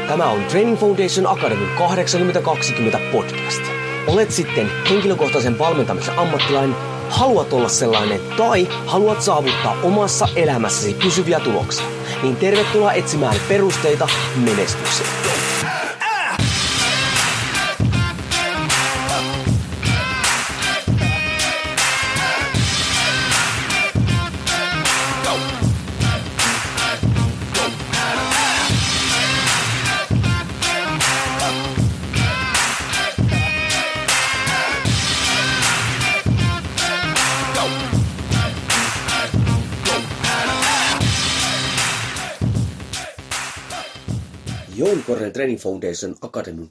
Tämä on Training Foundation Academy 8020 podcast. Olet sitten henkilökohtaisen valmentamisen ammattilainen, haluat olla sellainen tai haluat saavuttaa omassa elämässäsi pysyviä tuloksia, niin tervetuloa etsimään perusteita menestykseen. Jouni Korhonen Training Foundation Academy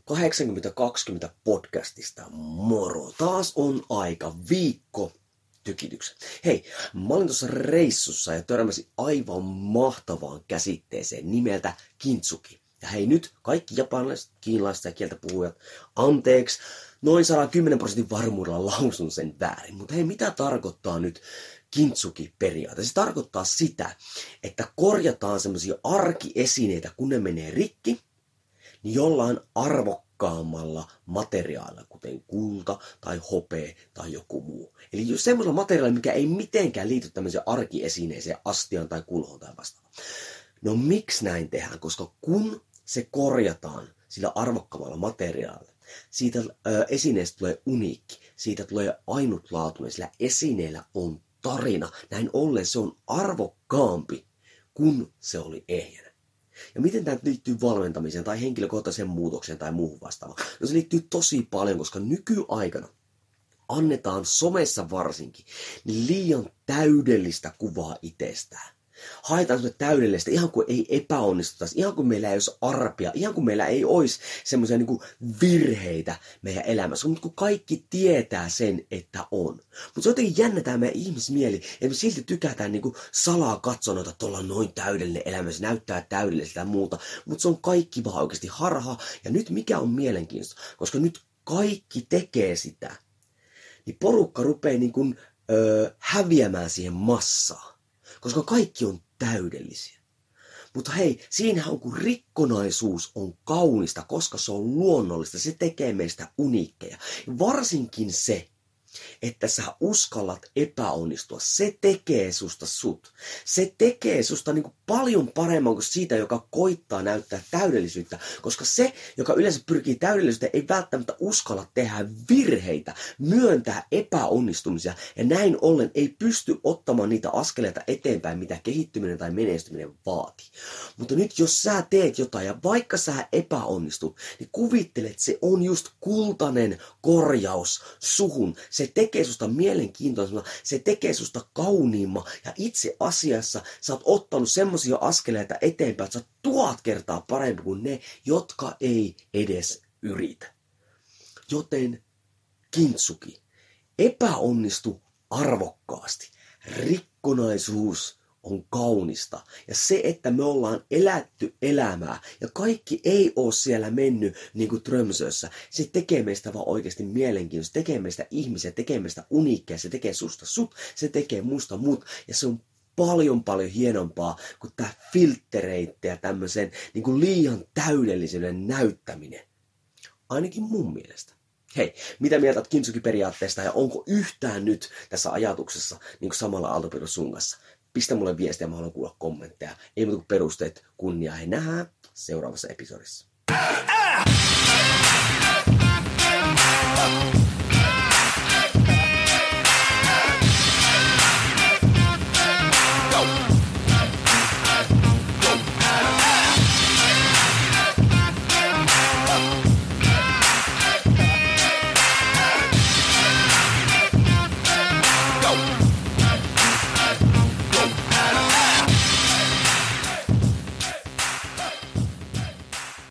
8020 podcastista. Moro! Taas on aika viikko tykityksen. Hei, mä olin tuossa reissussa ja törmäsin aivan mahtavaan käsitteeseen nimeltä kintsugi. Ja hei nyt kaikki japanilaiset, kiinalaiset ja kieltä puhujat, anteeksi, noin 110% varmuudella lausun sen väärin. Mutta hei, mitä tarkoittaa nyt kintsugi-periaate? Se tarkoittaa sitä, että korjataan semmoisia arkiesineitä, kun ne menee rikki, niin jollain arvokkaammalla materiaalilla, kuten kulta tai hopea tai joku muu. Eli jos semmoisella materiaalilla, mikä ei mitenkään liity tämmöiseen arkiesineeseen, astiaan tai kulhoon tai vastaavaan. No miksi näin tehdään? Koska kun se korjataan sillä arvokkaamalla materiaalilla, siitä esineestä tulee uniikki, siitä tulee ainutlaatuinen, sillä esineellä on tarina. Näin ollen se on arvokkaampi, kun se oli ehjänä. Ja miten tämä liittyy valmentamiseen tai henkilökohtaiseen muutokseen tai muuhun vastaavaan? No se liittyy tosi paljon, koska nykyaikana annetaan somessa varsinkin niin liian täydellistä kuvaa itsestään. Haetaan semmoista täydellistä, ihan kuin ei epäonnistuttaisi, ihan kuin meillä ei olisi arpia, ihan kuin meillä ei olisi semmoisia niin virheitä meidän elämässä, mutta kun kaikki tietää sen, että on. Mutta se on jotenkin jännä tämä meidän ihmismieli, että me silti tykätään niin salaa katsoa, että tuolla on noin täydellinen elämä, se näyttää täydelliseltä ja muuta, mutta se on kaikki vaan oikeasti harha. Ja nyt mikä on mielenkiintoista, koska nyt kaikki tekee sitä, niin porukka rupeaa niin kuin, häviämään siihen massaan. Koska kaikki on täydellisiä. Mutta hei, siinähän on kun rikkonaisuus on kaunista, koska se on luonnollista, se tekee meistä uniikkeja. Varsinkin se, että sä uskallat epäonnistua, se tekee susta sut. Se tekee susta niin kuin paljon paremman kuin siitä, joka koittaa näyttää täydellisyyttä. Koska se, joka yleensä pyrkii täydellisyyteen, ei välttämättä uskalla tehdä virheitä, myöntää epäonnistumisia. Ja näin ollen ei pysty ottamaan niitä askeleita eteenpäin, mitä kehittyminen tai menestyminen vaatii. Mutta nyt jos sä teet jotain ja vaikka sä epäonnistut, niin kuvittele, että se on just kultainen korjaus suhun. Se tekee susta mielenkiintoisemman, se tekee susta kauniimman ja itse asiassa sä oot ottanut semmoisia askeleita eteenpäin, että sä oot 1000 kertaa parempi kuin ne, jotka ei edes yritä. Joten kintsugi, epäonnistu arvokkaasti, rikkonaisuus on kaunista. Ja se, että me ollaan elätty elämää ja kaikki ei ole siellä mennyt niin kuin Tromsössä, se tekee meistä vaan oikeasti mielenkiintoista, se tekee meistä ihmisiä, tekee meistä uniikkeja, se tekee susta sut, se tekee musta mut ja se on paljon hienompaa kuin tämä filttereitte ja tämmöisen niin kuin liian täydellisyyden näyttäminen. Ainakin mun mielestä. Hei, mitä mieltä olet kintsugi-periaatteesta ja onko yhtään nyt tässä ajatuksessa niin kuin samalla aaltopidon sun kanssa? Pistä mulle viestiä, mä haluan kuulla kommentteja. Ei muuta kuin perusteet, kunnia. Hei, nähdään seuraavassa episodissa.